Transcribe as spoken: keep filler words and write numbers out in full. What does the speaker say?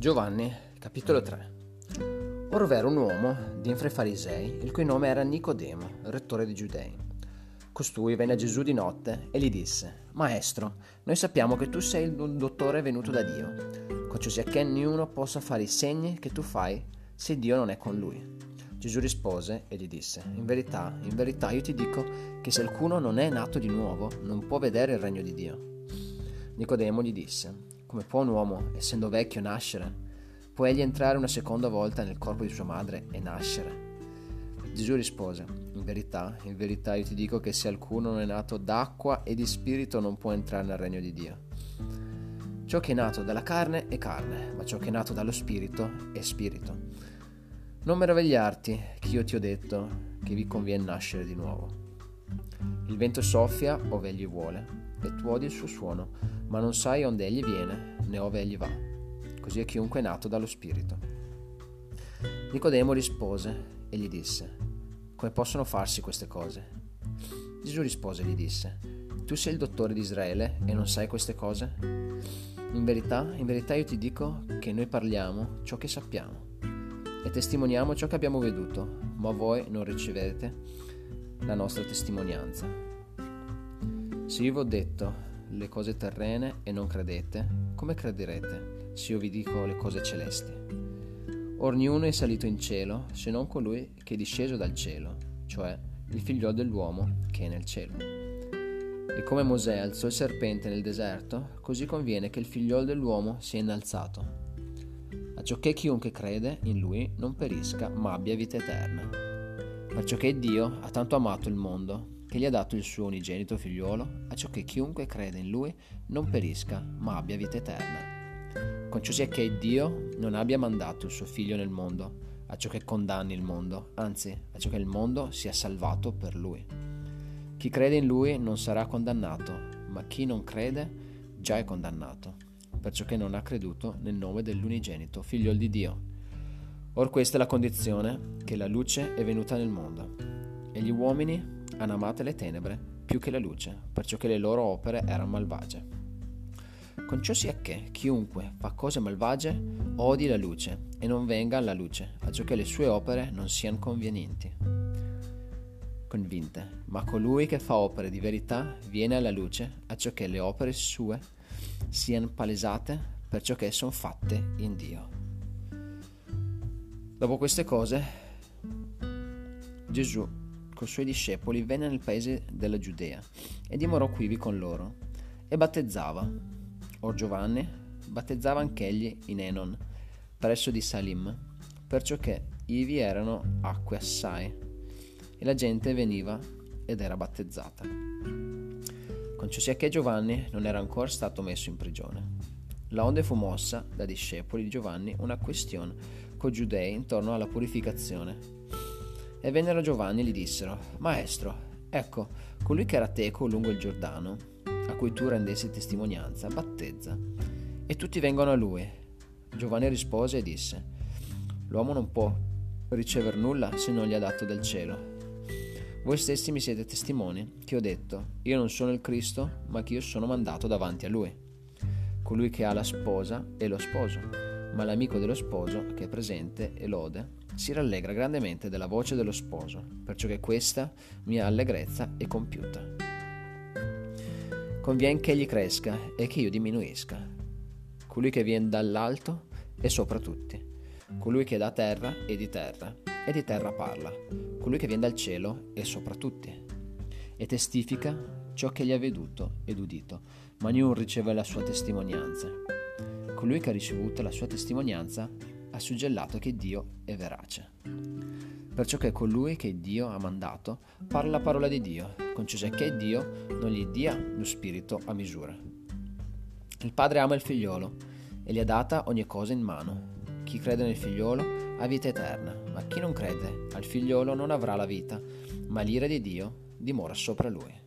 Giovanni, capitolo tre. Or v'era un uomo dinfra i farisei, il cui nome era Nicodemo, rettore dei Giudei. Costui venne a Gesù di notte e gli disse: Maestro, noi sappiamo che tu sei un dottore venuto da Dio, con ciò sia che niuno possa fare i segni che tu fai se Dio non è con lui. Gesù rispose e gli disse: In verità, in verità io ti dico che se alcuno non è nato di nuovo, non può vedere il regno di Dio. Nicodemo gli disse: Come può un uomo, essendo vecchio, nascere? Può egli entrare una seconda volta nel corpo di sua madre e nascere? Gesù rispose: In verità, in verità io ti dico che se alcuno non è nato d'acqua e di spirito non può entrare nel regno di Dio. Ciò che è nato dalla carne è carne, ma ciò che è nato dallo spirito è spirito. Non meravigliarti che io ti ho detto che vi conviene nascere di nuovo. Il vento soffia ove egli vuole, e tu odi il suo suono, ma non sai onde egli viene, né ove egli va. Così è chiunque è nato dallo Spirito. Nicodemo rispose e gli disse: Come possono farsi queste cose? Gesù rispose e gli disse: Tu sei il dottore di Israele e non sai queste cose? In verità, in verità io ti dico che noi parliamo ciò che sappiamo e testimoniamo ciò che abbiamo veduto, ma voi non ricevete la nostra testimonianza. Se io vi ho detto le cose terrene e non credete, come crederete se io vi dico le cose celesti? Or niuno è salito in cielo se non colui che è disceso dal cielo, cioè il figliolo dell'uomo che è nel cielo. E come Mosè alzò il serpente nel deserto, così conviene che il figliolo dell'uomo sia innalzato, acciò che chiunque crede in lui non perisca ma abbia vita eterna. Perciò che Dio ha tanto amato il mondo che gli ha dato il suo unigenito figliuolo, acciò che chiunque crede in lui non perisca ma abbia vita eterna. Con ciò sia che Dio non abbia mandato il suo figlio nel mondo, acciò che condanni il mondo, anzi, acciò che il mondo sia salvato per lui. Chi crede in lui non sarà condannato, ma chi non crede già è condannato, perciò che non ha creduto nel nome dell'unigenito figliol di Dio. Or questa è la condizione, che la luce è venuta nel mondo, e gli uomini hanno amato le tenebre più che la luce, perciò che le loro opere erano malvagie. Con ciò sia che chiunque fa cose malvagie odi la luce e non venga alla luce, acciò che le sue opere non siano convenienti, convinte, ma colui che fa opere di verità viene alla luce, acciò che le opere sue siano palesate, perciò che sono fatte in Dio. Dopo queste cose, Gesù con i suoi discepoli venne nel paese della Giudea e dimorò quivi con loro e battezzava. Or Giovanni battezzava anch'egli in Enon, presso di Salim, perciò che ivi erano acque assai, e la gente veniva ed era battezzata. Con ciò sia che Giovanni non era ancora stato messo in prigione. Laonde fu mossa da discepoli di Giovanni una questione coi giudei intorno alla purificazione. E vennero a Giovanni e gli dissero: Maestro, ecco, colui che era teco lungo il Giordano, a cui tu rendessi testimonianza, battezza, e tutti vengono a lui. Giovanni rispose e disse: L'uomo non può ricevere nulla se non gli ha dato dal cielo. Voi stessi mi siete testimoni che ho detto: Io non sono il Cristo, ma che io sono mandato davanti a lui. Colui che ha la sposa è lo sposo, ma l'amico dello sposo, che è presente e lode, si rallegra grandemente della voce dello sposo, perciò che questa mia allegrezza è compiuta. Convien che egli cresca e che io diminuisca. Colui che viene dall'alto è sopra tutti. Colui che è da terra è di terra, e di terra parla. Colui che viene dal cielo è sopra tutti, e testifica ciò che egli ha veduto ed udito, ma ognuno riceve la sua testimonianza. Colui che ha ricevuto la sua testimonianza ha suggellato che Dio è verace. Perciò che colui che Dio ha mandato parla la parola di Dio, con ciò che Dio non gli dia lo spirito a misura. Il padre ama il figliolo e gli ha data ogni cosa in mano. Chi crede nel figliolo ha vita eterna, ma chi non crede al figliolo non avrà la vita, ma l'ira di Dio dimora sopra lui.